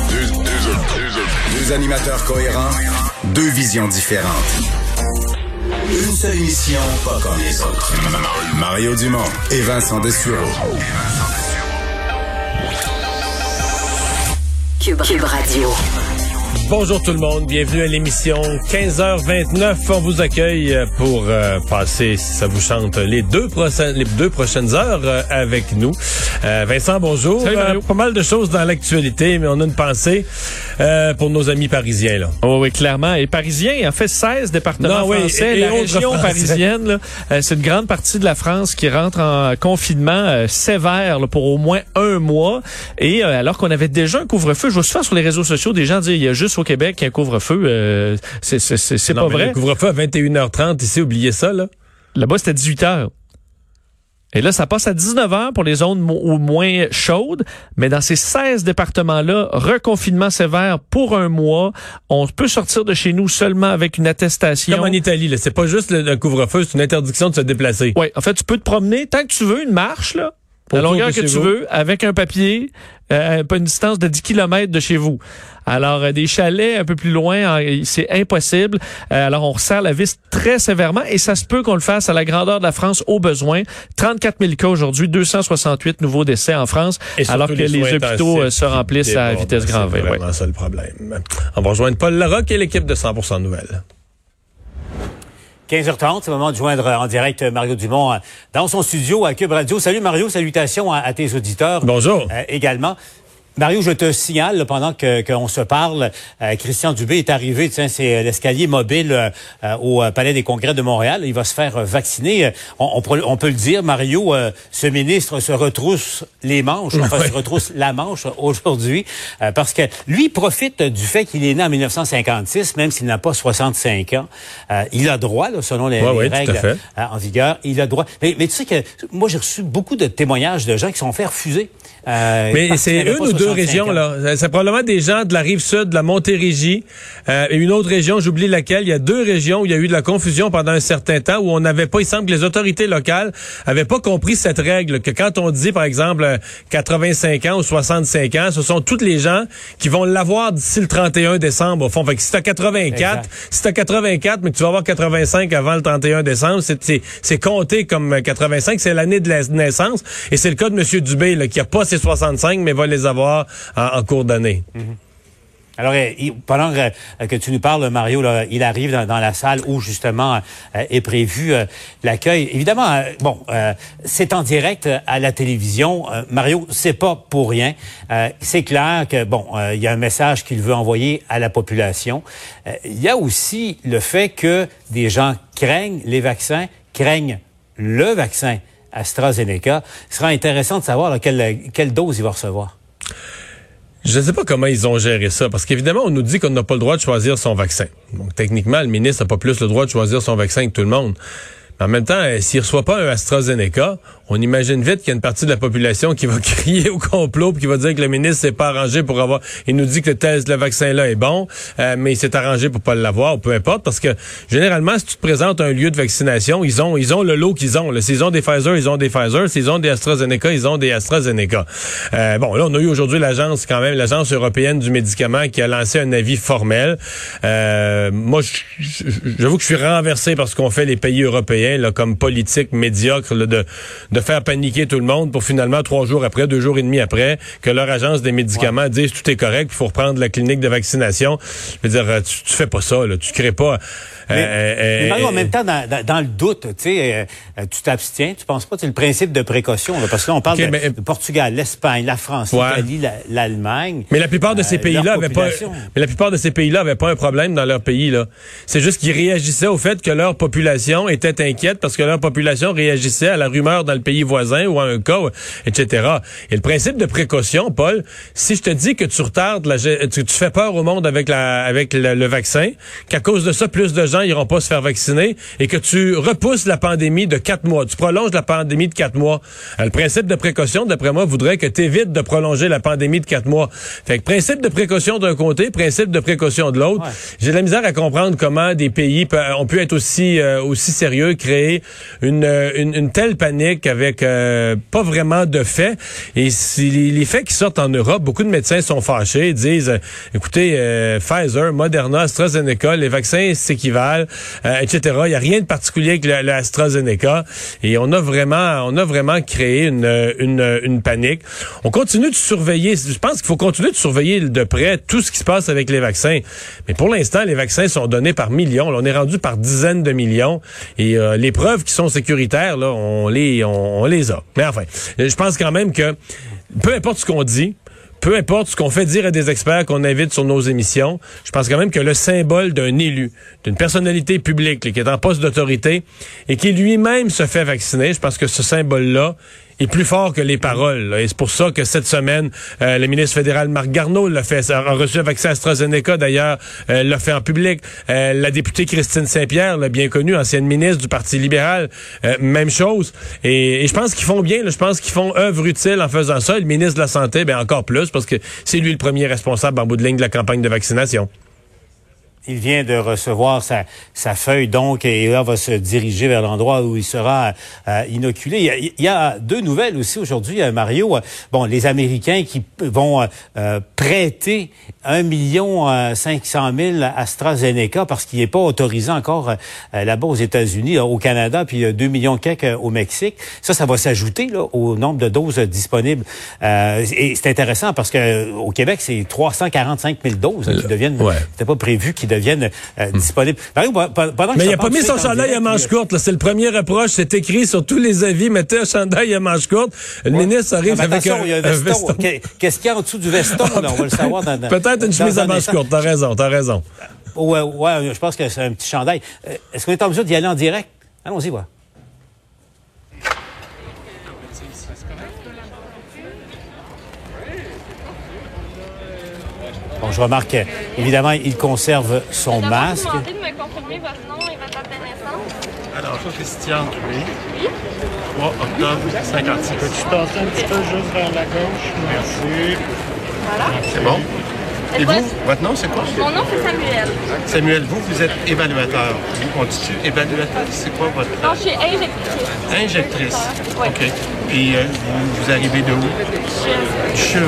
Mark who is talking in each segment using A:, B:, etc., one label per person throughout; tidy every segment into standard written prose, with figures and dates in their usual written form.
A: Deux animateurs cohérents, deux visions différentes. Une seule émission, pas comme les autres. Mario Dumont et Vincent Dessureau.
B: Cube Radio.
C: Bonjour tout le monde, bienvenue à l'émission 15h29. On vous accueille pour passer, si ça vous chante, les deux prochaines heures avec nous. Vincent, bonjour.
D: Salut,
C: pas mal de choses dans l'actualité, mais on a une pensée pour nos amis parisiens, là.
D: Oh oui, clairement. Et parisiens, en fait 16 départements français. La région parisienne, c'est une grande partie de la France qui rentre en confinement sévère là, pour au moins un mois. Et alors qu'on avait déjà un couvre-feu, je vois souvent sur les réseaux sociaux des gens dire il y a juste au Québec qu'il y a un couvre-feu. C'est pas vrai.
C: Le couvre-feu à 21h30 ici, oubliez ça, là.
D: Là-bas, c'était 18h. Et là, ça passe à 19h pour les zones moins chaudes. Mais dans ces 16 départements-là, reconfinement sévère pour un mois. On peut sortir de chez nous seulement avec une attestation.
C: Comme en Italie, là. C'est pas juste un couvre-feu, c'est une interdiction de se déplacer.
D: Oui, en fait, tu peux te promener tant que tu veux, une marche, là. La longueur que tu veux, avec un papier, pas une distance de 10 km de chez vous. Alors, des chalets un peu plus loin, c'est impossible. Alors, on resserre la vis très sévèrement et ça se peut qu'on le fasse à la grandeur de la France au besoin. 34 000 cas aujourd'hui, 268 nouveaux décès en France, alors que les hôpitaux se remplissent à vitesse grand V.
C: C'est vraiment ça le problème. On va rejoindre Paul Larocque et l'équipe de 100% Nouvelles.
E: 15h30, c'est le moment de joindre en direct Mario Dumont dans son studio à Cube Radio. Salut Mario, salutations à tes auditeurs.
C: Bonjour.
E: Également. Mario, je te signale, là, pendant qu'on se parle, Christian Dubé est arrivé, c'est l'escalier mobile au Palais des Congrès de Montréal. Il va se faire vacciner. On peut le dire, Mario, ce ministre se retrousse les manches, se retrousse la manche aujourd'hui, parce que lui profite du fait qu'il est né en 1956, même s'il n'a pas 65 ans. Il a droit, là, selon les règles en vigueur, il a droit. Mais tu sais que moi, j'ai reçu beaucoup de témoignages de gens qui sont fait refuser.
C: Mais c'est une ou deux régions, là. C'est probablement des gens de la Rive-Sud, de la Montérégie, et une autre région, j'oublie laquelle. Il y a deux régions où il y a eu de la confusion pendant un certain temps, où on n'avait pas, il semble que les autorités locales avaient pas compris cette règle, que quand on dit, par exemple, 85 ans ou 65 ans, ce sont toutes les gens qui vont l'avoir d'ici le 31 décembre, au fond. Fait que si t'as 84, mais que tu vas avoir 85 avant le 31 décembre, c'est compté comme 85, c'est l'année de la naissance, et c'est le cas de M. Dubé, là, qui a pas ses 65, mais va les avoir en cours d'année.
E: Mm-hmm. Alors, pendant que tu nous parles, Mario, là, il arrive dans la salle où, justement, est prévu l'accueil. Évidemment, c'est en direct à la télévision. Mario, c'est pas pour rien. C'est clair que, il y a un message qu'il veut envoyer à la population. Il y a aussi le fait que des gens craignent les vaccins, craignent le vaccin AstraZeneca. Ce sera intéressant de savoir là, quelle dose il va recevoir.
C: Je ne sais pas comment ils ont géré ça, parce qu'évidemment, on nous dit qu'on n'a pas le droit de choisir son vaccin. Donc, techniquement, le ministre n'a pas plus le droit de choisir son vaccin que tout le monde. Mais en même temps, s'il ne reçoit pas un AstraZeneca, on imagine vite qu'il y a une partie de la population qui va crier au complot, puis qui va dire que le ministre s'est pas arrangé pour avoir... Il nous dit que le vaccin-là est bon, mais il s'est arrangé pour pas l'avoir, ou peu importe, parce que généralement, si tu te présentes à un lieu de vaccination, ils ont le lot qu'ils ont. Là. S'ils ont des Pfizer, ils ont des Pfizer. S'ils ont des AstraZeneca, ils ont des AstraZeneca. Là, on a eu aujourd'hui l'agence européenne du médicament qui a lancé un avis formel. Moi, j'avoue que je suis renversé par ce qu'ont fait les pays européens, là, comme politique médiocre, là, de faire paniquer tout le monde pour finalement 3 jours après, 2 jours et demi après, que leur agence des médicaments dise tout est correct, il faut reprendre la clinique de vaccination. Je veux dire, tu fais pas ça, là, tu crées pas...
E: Mais Mario, en même temps, dans le doute, tu t'abstiens, tu penses pas, c'est le principe de précaution, là, parce que là, on parle de Portugal, l'Espagne, la France, l'Italie, l'Allemagne.
C: Mais la plupart de ces pays-là avaient pas un problème dans leur pays, là. C'est juste qu'ils réagissaient au fait que leur population était inquiète parce que leur population réagissait à la rumeur dans le pays voisin ou à un cas, etc. Et le principe de précaution, Paul, si je te dis que tu retardes, tu fais peur au monde avec le vaccin, qu'à cause de ça, plus de gens n'iront pas se faire vacciner et que tu repousses la pandémie de 4 mois, tu prolonges la pandémie de 4 mois. Le principe de précaution, d'après moi, voudrait que tu évites de prolonger la pandémie de 4 mois. Fait que principe de précaution d'un côté, principe de précaution de l'autre. Ouais. J'ai de la misère à comprendre comment des pays ont pu être aussi sérieux, créer une telle panique avec pas vraiment de faits. Et si les faits qui sortent en Europe, beaucoup de médecins sont fâchés, ils disent, écoutez, Pfizer, Moderna, AstraZeneca, les vaccins s'équivalent, etc. Il n'y a rien de particulier avec le AstraZeneca. Et on a vraiment créé une panique. On continue de surveiller. Je pense qu'il faut continuer de surveiller de près tout ce qui se passe avec les vaccins. Mais pour l'instant, les vaccins sont donnés par millions. Là, on est rendu par dizaines de millions. Et les preuves qui sont sécuritaires, là, on les a. Mais enfin, je pense quand même que peu importe ce qu'on dit, peu importe ce qu'on fait dire à des experts qu'on invite sur nos émissions, je pense quand même que le symbole d'un élu, d'une personnalité publique là, qui est en poste d'autorité et qui lui-même se fait vacciner, je pense que ce symbole-là est plus fort que les paroles. Là. Et c'est pour ça que cette semaine, le ministre fédéral Marc Garneau l'a fait, a reçu un vaccin AstraZeneca d'ailleurs, l'a fait en public. La députée Christine Saint-Pierre, la bien connue, ancienne ministre du Parti libéral, même chose. Et je pense qu'ils font bien, là, je pense qu'ils font œuvre utile en faisant ça. Et le ministre de la Santé, ben encore plus, parce que c'est lui le premier responsable en bout de ligne de la campagne de vaccination.
E: Il vient de recevoir sa feuille, donc, et là, va se diriger vers l'endroit où il sera inoculé. Il y a deux nouvelles aussi aujourd'hui, Mario. Bon, les Américains qui vont prêter 1,5 million AstraZeneca parce qu'il n'est pas autorisé encore là-bas aux États-Unis, au Canada, puis 2 millions quelques au Mexique. Ça va s'ajouter là au nombre de doses disponibles. Et c'est intéressant parce que au Québec, c'est 345 000 doses qui deviennent. Ouais. C'était pas prévu qu'ils deviennent disponibles. Mario, pendant que
C: mais il n'a pas mis son chandail à manches courtes. C'est le premier reproche. C'est écrit sur tous les avis. Mettez un chandail à manches courtes. Le ministre arrive avec un veston.
E: Qu'est-ce qu'il y a en dessous du veston? Là, on va le savoir.
C: Peut-être une chemise à manches courtes. T'as raison.
E: Ouais, je pense que c'est un petit chandail. Est-ce qu'on est en mesure d'y aller en direct? Allons-y, voilà. Bon, je remarque évidemment, il conserve son masque.
B: Je vais vous demander de me confirmer votre nom et votre date de naissance.
F: Alors, ça, Christian Dubé. 3 octobre 56. Peux-tu passer un petit peu juste vers la gauche? Merci.
B: Voilà.
F: C'est bon? Et vous, votre nom, c'est quoi?
B: Mon nom, c'est Samuel.
F: Samuel, vous êtes évaluateur. On dit évaluateur, c'est quoi votre...
B: Non, je suis injectrice.
F: Injectrice?
B: Oui.
F: OK. Et vous arrivez de où? Du CHUM.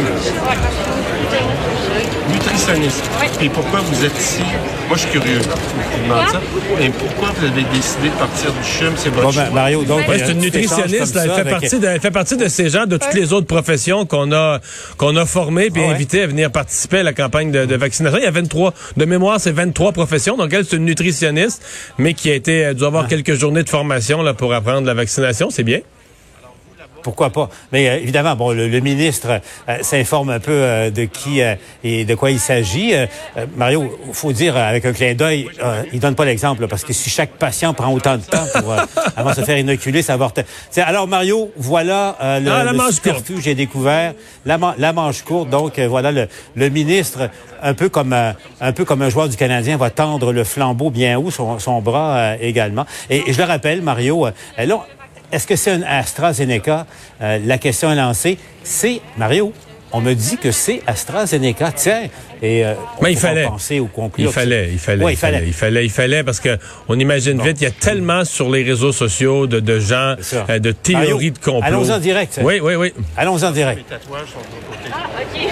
F: Nutritionniste. Oui. Et pourquoi vous êtes ici? Moi, je suis curieux. Je vous demande ça. Mais pourquoi vous avez décidé de partir du CHUM? C'est votre choix.
E: Mario, donc,
C: c'est une nutritionniste. Là, elle fait partie de ces gens de toutes les autres professions qu'on a formés puis invités à venir participer à la campagne de vaccination. Il y a 23, de mémoire, c'est 23 professions. Donc, elle, c'est une nutritionniste, mais qui a dû avoir quelques journées de formation là, pour apprendre la vaccination. C'est bien.
E: Pourquoi pas? Mais évidemment, bon, le ministre s'informe un peu de qui et de quoi il s'agit. Mario, faut dire avec un clin d'œil, il donne pas l'exemple parce que si chaque patient prend autant de temps pour avant de se faire inoculer, ça va. Alors Mario, voilà le subterfuge j'ai découvert, la manche courte. Donc voilà le ministre, un peu comme un joueur du Canadien, va tendre le flambeau bien haut, son bras également. Et je le rappelle, Mario, là. Est-ce que c'est un AstraZeneca? La question est lancée. C'est, Mario, on me dit que c'est AstraZeneca. Tiens, et
C: mais il fallait
E: penser ou conclure.
C: Il fallait parce que on imagine vite, il y a tellement sur les réseaux sociaux de gens, de théories Mario, de complot.
E: Allons en direct.
C: Oui.
E: Allons en direct.
F: Les tatouages sont de l'autre côté.
B: Ah, OK.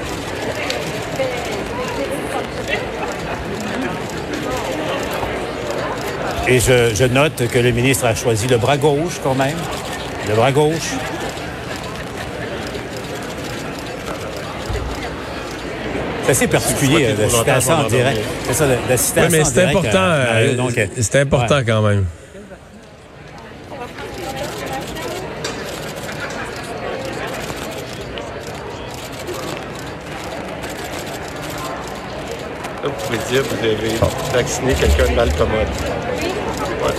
E: Et je note que le ministre a choisi le bras gauche quand même. Le bras gauche. C'est assez particulier de citer ça en direct. C'est ça, de citer ça en direct.
C: Oui, mais c'est important. C'est important quand même.
F: Là, vous pouvez dire que vous avez vacciné quelqu'un de mal commode. Ouais.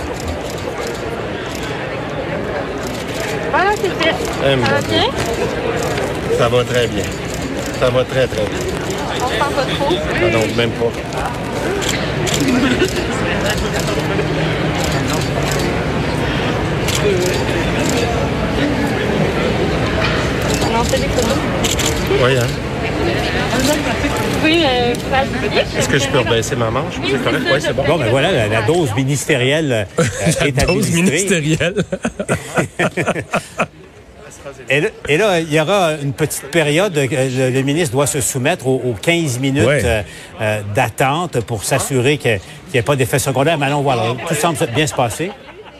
B: Voilà, c'est fait. Ça va bien?
F: Ça va très bien. Ça va très, très bien.
B: On se sent pas trop?
F: Ah non, même pas.
B: On en fait des photos?
F: Oui, hein?
B: Oui,
F: Est-ce que je peux rebaisser ma manche? C'est correct? Oui, c'est bon.
E: Bon, ben voilà, la dose ministérielle est
C: La dose
E: administrée.
C: ministérielle.
E: Et là, il y aura une petite période. Le ministre doit se soumettre aux 15 minutes d'attente pour s'assurer qu'il n'y ait pas d'effet secondaire. Mais allons voir. Tout semble bien se passer.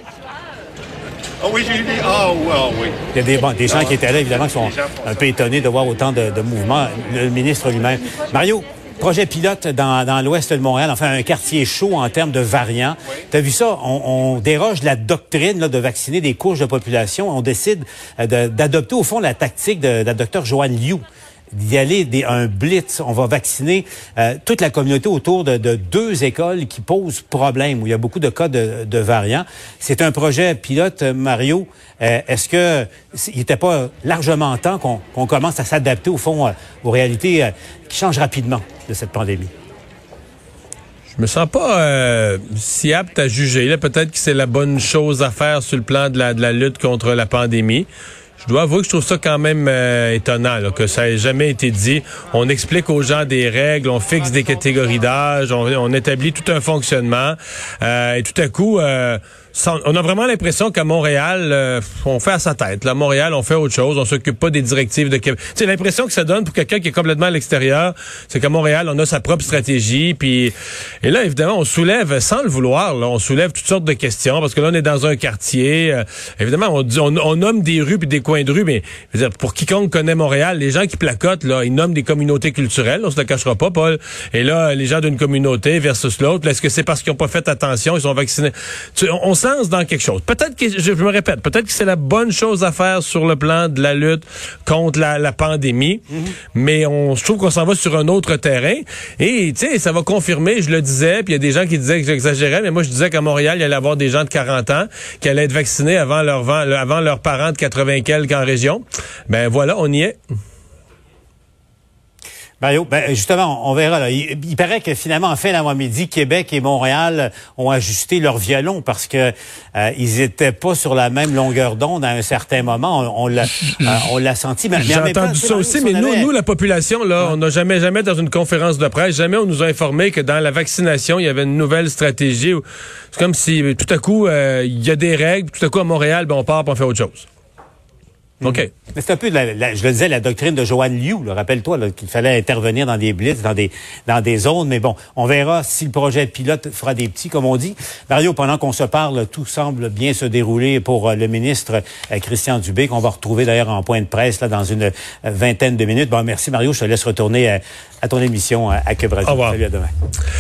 F: Ah oui, j'ai eu des... Ah oui.
E: Il y a des gens qui étaient là, évidemment, qui sont un peu étonnés de voir autant de mouvements. Le ministre lui-même. Mario, projet pilote dans l'ouest de Montréal, enfin un quartier chaud en termes de variants. Oui. Tu as vu ça? On déroge de la doctrine là, de vacciner des couches de population. On décide d'adopter, au fond, la tactique de la docteure Joanne Liu, d'y aller un blitz. On va vacciner toute la communauté autour de 2 écoles qui posent problème, où il y a beaucoup de cas de variants. C'est un projet pilote, Mario. Est-ce que il n'était pas largement temps qu'on commence à s'adapter, au fond, aux réalités qui changent rapidement de cette pandémie?
C: Je me sens pas si apte à juger. Là, peut-être que c'est la bonne chose à faire sur le plan de la lutte contre la pandémie. Je dois avouer que je trouve ça quand même étonnant là, que ça ait jamais été dit. On explique aux gens des règles, on fixe des catégories d'âge, on établit tout un fonctionnement et tout à coup, on a vraiment l'impression qu'à Montréal, on fait à sa tête. Là, à Montréal, on fait autre chose, on s'occupe pas des directives de Québec. Tu sais, l'impression que ça donne pour quelqu'un qui est complètement à l'extérieur, c'est qu'à Montréal, on a sa propre stratégie. Puis et là, évidemment, on soulève, sans le vouloir, là, on soulève toutes sortes de questions parce que là, on est dans un quartier. Évidemment, on nomme des rues puis des coins de rue, mais je veux dire, pour quiconque connaît Montréal, les gens qui placotent, là, ils nomment des communautés culturelles, on se le cachera pas, Paul. Et là, les gens d'une communauté versus l'autre, est-ce que c'est parce qu'ils n'ont pas fait attention, ils sont vaccinés? On se lance dans quelque chose. Peut-être que, je me répète, peut-être que c'est la bonne chose à faire sur le plan de la lutte contre la pandémie, mais je trouve qu'on s'en va sur un autre terrain. Et, tu sais, ça va confirmer, je le disais, puis il y a des gens qui disaient que j'exagérais, mais moi, je disais qu'à Montréal, il y allait avoir des gens de 40 ans qui allaient être vaccinés avant leurs parents de 80 quelques en région. Ben voilà, on y est.
E: Mario, justement, on verra. Là. Il paraît que finalement, en fin d'avant-midi, Québec et Montréal ont ajusté leur violon parce que ils étaient pas sur la même longueur d'onde à un certain moment. On l'a senti. Mais
C: j'ai entendu ça aussi, mais nous, la population, là, on n'a jamais dans une conférence de presse, jamais on nous a informé que dans la vaccination, il y avait une nouvelle stratégie. C'est comme si tout à coup, il y a des règles, tout à coup à Montréal, on part et on fait autre chose. OK.
E: Mais c'est un peu, je le disais, la doctrine de Joanne Liu. Rappelle-toi qu'il fallait intervenir dans des blitz, dans des zones. Mais bon, on verra si le projet pilote fera des petits, comme on dit. Mario, pendant qu'on se parle, tout semble bien se dérouler pour le ministre Christian Dubé, qu'on va retrouver d'ailleurs en point de presse là dans une vingtaine de minutes. Bon, merci Mario. Je te laisse retourner à ton émission à Cube Radio.
C: Au revoir.
E: Salut, à demain.